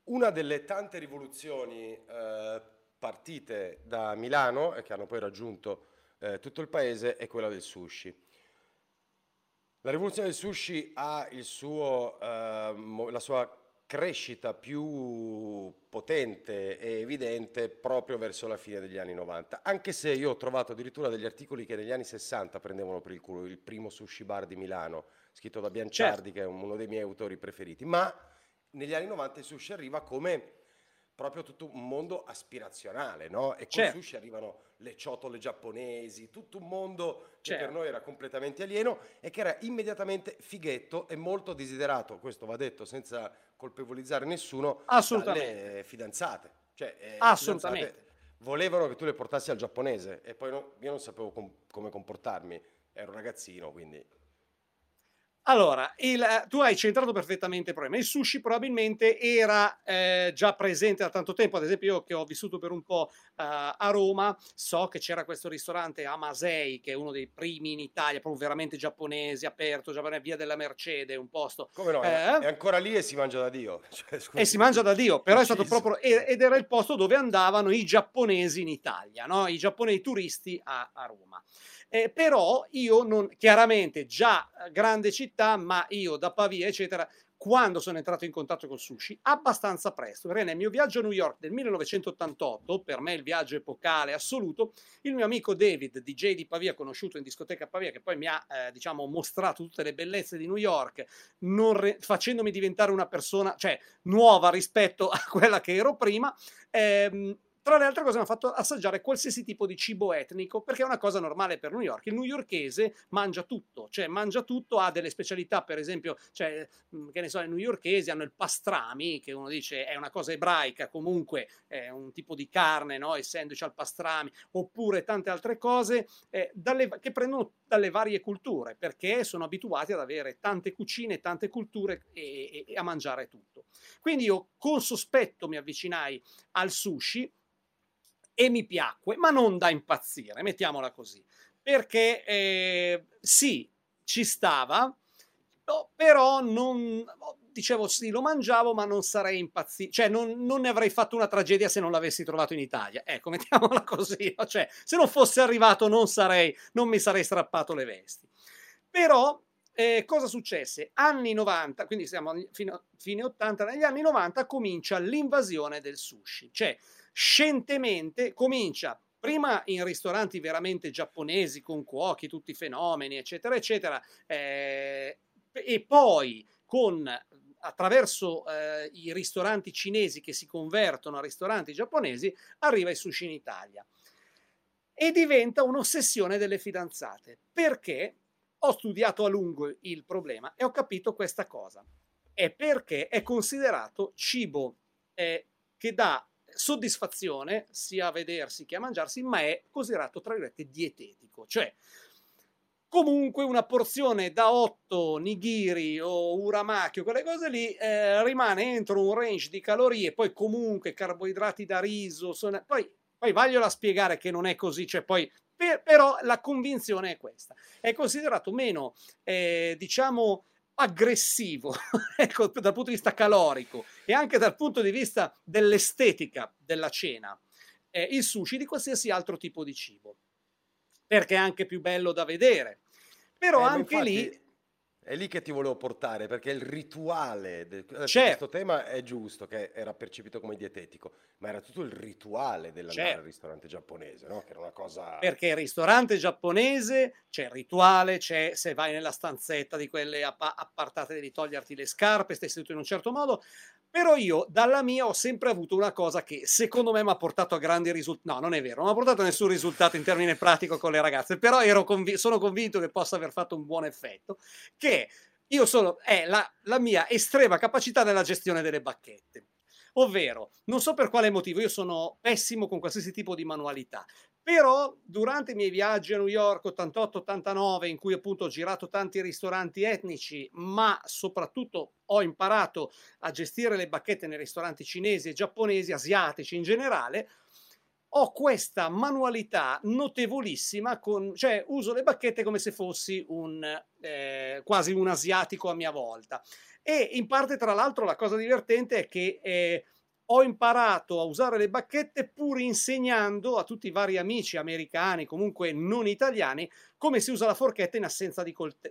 Una delle tante rivoluzioni partite da Milano e che hanno poi raggiunto tutto il paese è quella del sushi. La rivoluzione del sushi ha la sua crescita più potente e evidente proprio verso la fine degli anni 90, anche se io ho trovato addirittura degli articoli che negli anni 60 prendevano per il culo il primo sushi bar di Milano, scritto da Certo, Bianciardi, che è uno dei miei autori preferiti, ma negli anni 90 il sushi arriva come proprio tutto un mondo aspirazionale, no? E col certo, sushi arrivano le ciotole giapponesi, tutto un mondo che per certo, noi era completamente alieno e che era immediatamente fighetto e molto desiderato, questo va detto senza colpevolizzare nessuno, assolutamente, dalle fidanzate. Cioè, le fidanzate assolutamente. volevano che tu le portassi al giapponese e poi io non sapevo come comportarmi, ero un ragazzino, quindi... Allora, tu hai centrato perfettamente il problema. Il sushi probabilmente era già presente da tanto tempo. Ad esempio, io che ho vissuto per un po' a Roma, so che c'era questo ristorante Amasei, che è uno dei primi in Italia, proprio veramente giapponesi, aperto, già via della Mercede, un posto. Come no, è eh, ancora lì e si mangia da Dio, cioè, e si scusi, mangia da Dio, però è stato inciso. proprio, ed era il posto dove andavano i giapponesi in Italia, no? I giapponesi turisti a Roma. Però io non, chiaramente già grande città, ma io da Pavia, eccetera, quando sono entrato in contatto col sushi, abbastanza presto, perché nel mio viaggio a New York del 1988, per me il viaggio epocale assoluto, il mio amico David, DJ di Pavia, conosciuto in discoteca a Pavia, che poi mi ha diciamo mostrato tutte le bellezze di New York, facendomi diventare una persona, cioè nuova rispetto a quella che ero prima. Tra le altre cose mi ha fatto assaggiare qualsiasi tipo di cibo etnico, perché è una cosa normale per New York. Il newyorkese mangia tutto, cioè mangia tutto, ha delle specialità, per esempio, cioè, che ne so, i newyorkesi hanno il pastrami, che uno dice è una cosa ebraica, comunque è un tipo di carne, no? I sandwich al pastrami, oppure tante altre cose che prendono dalle varie culture, perché sono abituati ad avere tante cucine, tante culture e a mangiare tutto. Quindi io con sospetto mi avvicinai al sushi e mi piacque, ma non da impazzire, mettiamola così, perché sì, ci stava, no, però non, dicevo sì, lo mangiavo, ma non sarei impazzito, cioè non ne avrei fatto una tragedia se non l'avessi trovato in Italia, ecco, mettiamola così, no? Cioè se non fosse arrivato non mi sarei strappato le vesti. Però cosa successe? Anni 90, quindi siamo fino a fine 80, negli anni 90 comincia l'invasione del sushi, cioè scientemente comincia prima in ristoranti veramente giapponesi con cuochi, tutti fenomeni, eccetera, eccetera, e poi attraverso i ristoranti cinesi che si convertono a ristoranti giapponesi, arriva il sushi in Italia. E diventa un'ossessione delle fidanzate, perché ho studiato a lungo il problema e ho capito questa cosa. È perché è considerato cibo che dà soddisfazione sia a vedersi che a mangiarsi, ma è considerato tra virgolette dietetico, cioè comunque una porzione da 8 nigiri o uramaki o quelle cose lì rimane entro un range di calorie, poi comunque carboidrati da riso, poi vagliola a spiegare che non è così, cioè poi però la convinzione è questa. È considerato meno, diciamo, aggressivo ecco, dal punto di vista calorico e anche dal punto di vista dell'estetica della cena, il sushi di qualsiasi altro tipo di cibo, perché è anche più bello da vedere. Però Ma anche lì, infatti è lì che ti volevo portare, perché il rituale, adesso questo certo, tema è giusto, che era percepito come dietetico, ma era tutto il rituale dell'andare al certo, ristorante giapponese, no? Che era una cosa... perché il ristorante giapponese c'è il rituale, c'è se vai nella stanzetta di quelle appartate devi toglierti le scarpe, stai seduto in un certo modo, però io dalla mia ho sempre avuto una cosa che secondo me mi ha portato a grandi risultati, no non è vero, non mi ha portato a nessun risultato in termine pratico con le ragazze, però sono convinto che possa aver fatto un buon effetto, che è la mia estrema capacità nella gestione delle bacchette. Ovvero, non so per quale motivo, io sono pessimo con qualsiasi tipo di manualità, però durante i miei viaggi a New York 88-89, in cui appunto ho girato tanti ristoranti etnici, ma soprattutto ho imparato a gestire le bacchette nei ristoranti cinesi e giapponesi, asiatici in generale, ho questa manualità notevolissima, cioè uso le bacchette come se fossi quasi un asiatico a mia volta. E in parte, tra l'altro, la cosa divertente è che ho imparato a usare le bacchette pur insegnando a tutti i vari amici americani, comunque non italiani, come si usa la forchetta in assenza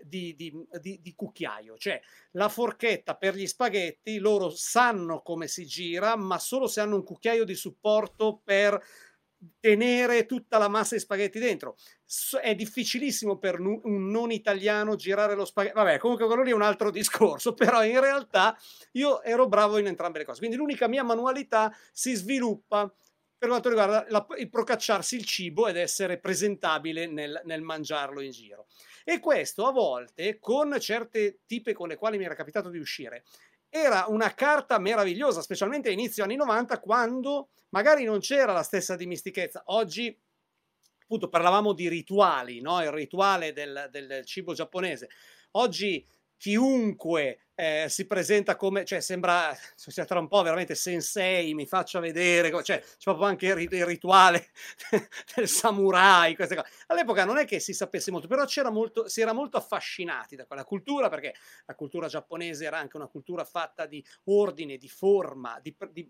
di cucchiaio. Cioè, la forchetta per gli spaghetti, loro sanno come si gira, ma solo se hanno un cucchiaio di supporto per tenere tutta la massa di spaghetti dentro. È difficilissimo per un non italiano girare lo spaghetto. Vabbè, comunque quello lì è un altro discorso, però in realtà io ero bravo in entrambe le cose. Quindi l'unica mia manualità si sviluppa per quanto riguarda il procacciarsi il cibo ed essere presentabile nel mangiarlo in giro. E questo a volte, con certe tipe con le quali mi era capitato di uscire, era una carta meravigliosa, specialmente a inizio anni 90, quando magari non c'era la stessa dimistichezza. Oggi, appunto, parlavamo di rituali, no? Il rituale del cibo giapponese. Oggi chiunque si presenta come, cioè sembra, cioè, tra un po' veramente sensei, mi faccia vedere, cioè c'è proprio anche il rituale del samurai, queste cose. All'epoca non è che si sapesse molto, però si era molto affascinati da quella cultura, perché la cultura giapponese era anche una cultura fatta di ordine, di forma,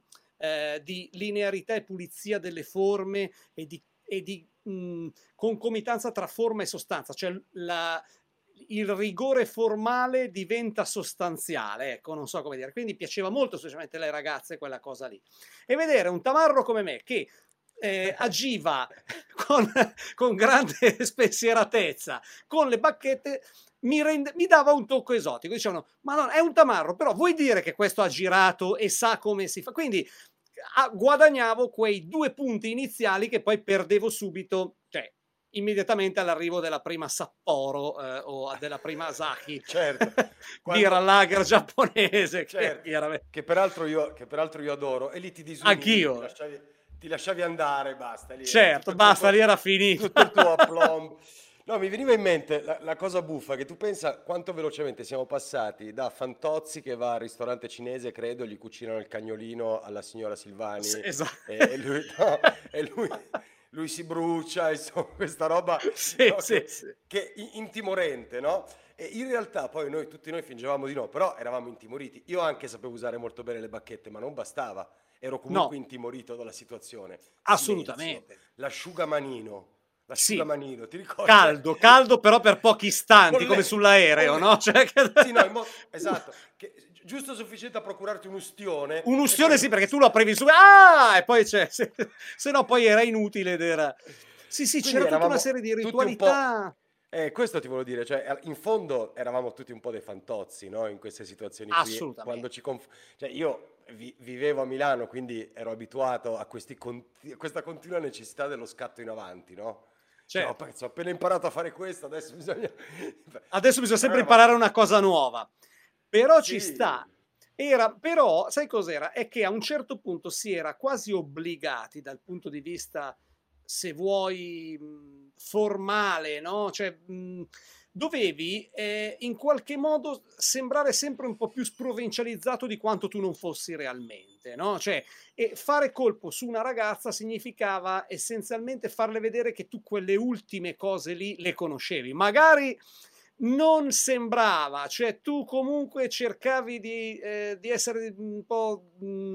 di linearità e pulizia delle forme e di concomitanza tra forma e sostanza, cioè il rigore formale diventa sostanziale, ecco, non so come dire. Quindi piaceva molto, specialmente alle ragazze, quella cosa lì. E vedere un tamarro come me che agiva con grande spensieratezza con le bacchette mi dava un tocco esotico. Dicevano, ma no, è un tamarro, però vuoi dire che questo ha girato e sa come si fa? Quindi guadagnavo quei 2 punti iniziali che poi perdevo subito, cioè immediatamente all'arrivo della prima Sapporo o della prima Asahi, certo, birra lager giapponese, certo, che peraltro io adoro, e lì ti disuni, anch'io, ti lasciavi andare, basta, lì certo, basta, lì era finito tutto il tuo aplomb. No, mi veniva in mente la cosa buffa, che tu pensa quanto velocemente siamo passati da Fantozzi che va al ristorante cinese, credo, gli cucinano il cagnolino alla signora Silvani, esatto. e lui si brucia, insomma, questa roba sì, no, sì. che intimorente, no? E in realtà poi tutti noi fingevamo di no, però eravamo intimoriti. Io anche sapevo usare molto bene le bacchette, ma non bastava. Ero comunque intimorito dalla situazione. Assolutamente. Silenzio, l'asciugamanino, ti ricordi? Caldo però per pochi istanti, come sull'aereo, no? Cioè sì, no, esatto, giusto sufficiente a procurarti un ustione. Un ustione poi... sì, perché tu lo aprivi su, e poi c'è, se no poi era inutile ed era... Sì, c'era tutta una serie di ritualità... questo ti volevo dire, cioè in fondo eravamo tutti un po' dei fantozzi, no? In queste situazioni qui. Assolutamente. Quando cioè io vivevo a Milano, quindi ero abituato a questa continua necessità dello scatto in avanti, no? Certo. No, penso, ho appena imparato a fare questo, adesso bisogna sempre imparare una cosa nuova. Però sì. Ci sta. Però, sai cos'era? È che a un certo punto si era quasi obbligati dal punto di vista, se vuoi, formale, no? Cioè, dovevi in qualche modo sembrare sempre un po' più sprovincializzato di quanto tu non fossi realmente, no? Cioè, e fare colpo su una ragazza significava essenzialmente farle vedere che tu quelle ultime cose lì le conoscevi. Magari non sembrava, cioè tu comunque cercavi di essere un po'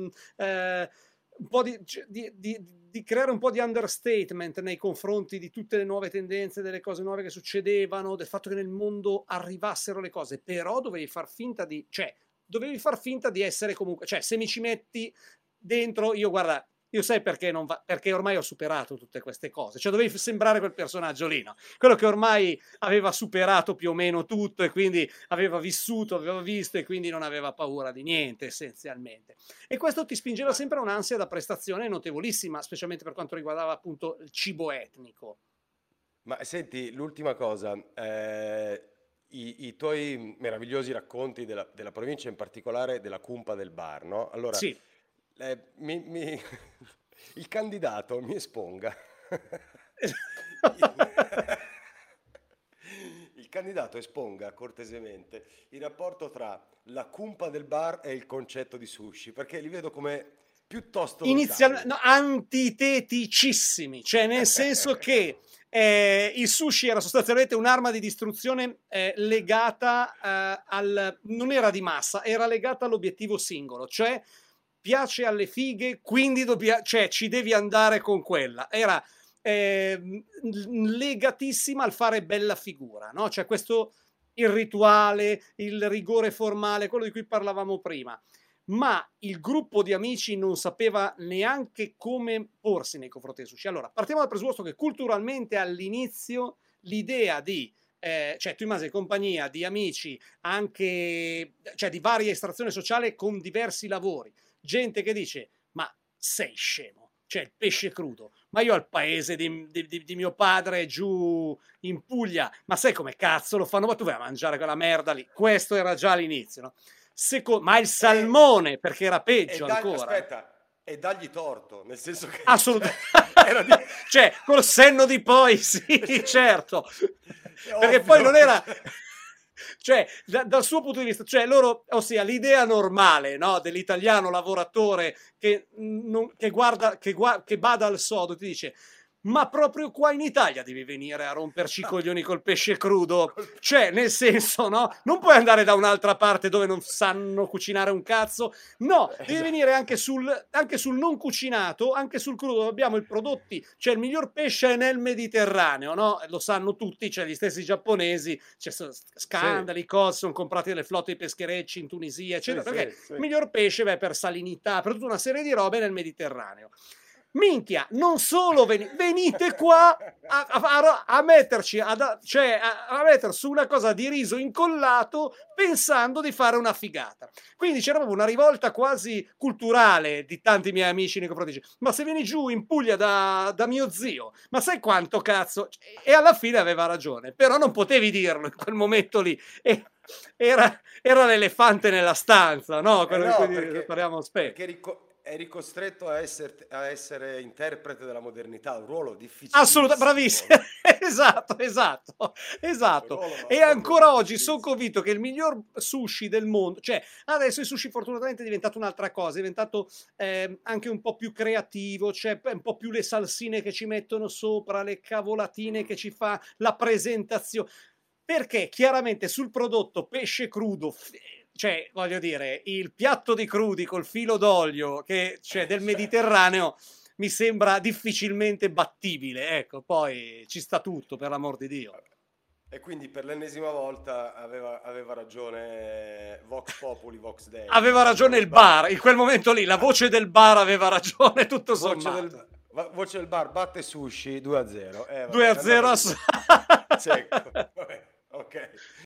di creare un po' di understatement nei confronti di tutte le nuove tendenze, delle cose nuove che succedevano, del fatto che nel mondo arrivassero le cose, però dovevi far finta di essere comunque, cioè se mi ci metti dentro, guarda, io sai perché non va, perché ormai ho superato tutte queste cose, cioè dovevi sembrare quel personaggio lì, no? Quello che ormai aveva superato più o meno tutto e quindi aveva vissuto, aveva visto e quindi non aveva paura di niente essenzialmente. E questo ti spingeva sempre a un'ansia da prestazione notevolissima, specialmente per quanto riguardava appunto il cibo etnico. Ma senti, l'ultima cosa, i tuoi meravigliosi racconti della provincia, in particolare della Cumpa del Bar, no? Allora, sì. Il candidato mi esponga. Il candidato esponga cortesemente il rapporto tra la Cumpa del Bar e il concetto di sushi, perché li vedo come piuttosto inizialmente antiteticissimi, cioè nel senso che il sushi era sostanzialmente un'arma di distruzione legata non era di massa, era legata all'obiettivo singolo, cioè piace alle fighe, quindi cioè, ci devi andare con quella. Era legatissima al fare bella figura, no? Cioè questo, il rituale, il rigore formale, quello di cui parlavamo prima. Ma il gruppo di amici non sapeva neanche come porsi nei confronti del sushi. Allora, partiamo dal presupposto che culturalmente all'inizio l'idea di cioè tu immagini compagnia di amici anche, cioè di varia estrazione sociale con diversi lavori, gente che dice ma sei scemo, cioè il pesce crudo, ma io al paese di mio padre giù in Puglia, ma sai come cazzo lo fanno, ma tu vai a mangiare quella merda lì. Questo era già l'inizio, no? Ma il salmone, perché era peggio ancora. Aspetta, e dagli torto, nel senso che assolutamente, cioè col senno di poi, sì, certo, perché poi non era, cioè dal suo punto di vista, cioè loro, ossia l'idea normale, no, dell'italiano lavoratore che bada al sodo, ti dice ma proprio qua in Italia devi venire a romperci i coglioni col pesce crudo, cioè nel senso, no, non puoi andare da un'altra parte dove non sanno cucinare un cazzo, no, devi venire anche sul non cucinato, anche sul crudo. Abbiamo i prodotti, cioè il miglior pesce è nel Mediterraneo, no, lo sanno tutti, cioè gli stessi giapponesi, c'è scandali, sì, cose, sono comprati delle flotte di pescherecci in Tunisia, eccetera, sì, perché il miglior pesce, beh, per salinità, per tutta una serie di robe nel Mediterraneo. Minchia, non solo venite qua a metterci, cioè a mettere su una cosa di riso incollato pensando di fare una figata. Quindi c'era proprio una rivolta quasi culturale di tanti miei amici nei confronti. Ma se vieni giù in Puglia da mio zio, ma sai quanto cazzo? E alla fine aveva ragione, però non potevi dirlo in quel momento lì. Era l'elefante nella stanza, no? Quello no, di cui parliamo spesso. Perché eri costretto a essere interprete della modernità, un ruolo difficile. Assolutamente, bravissimo. esatto. E ancora oggi sono convinto che il miglior sushi del mondo, cioè adesso il sushi fortunatamente è diventato un'altra cosa, è diventato anche un po' più creativo, cioè un po' più le salsine che ci mettono sopra, le cavolatine che ci fa la presentazione, perché chiaramente sul prodotto pesce crudo, cioè voglio dire, il piatto di crudi col filo d'olio che cioè del Mediterraneo mi sembra difficilmente battibile, ecco, poi ci sta tutto, per l'amor di Dio. E quindi per l'ennesima volta aveva ragione Vox Populi, Vox Dei. Aveva ragione il bar, in quel momento lì la voce del bar aveva ragione, tutto sommato. Voce del bar batte Sushi 2-0. 2-0 secco. Vabbè, ok.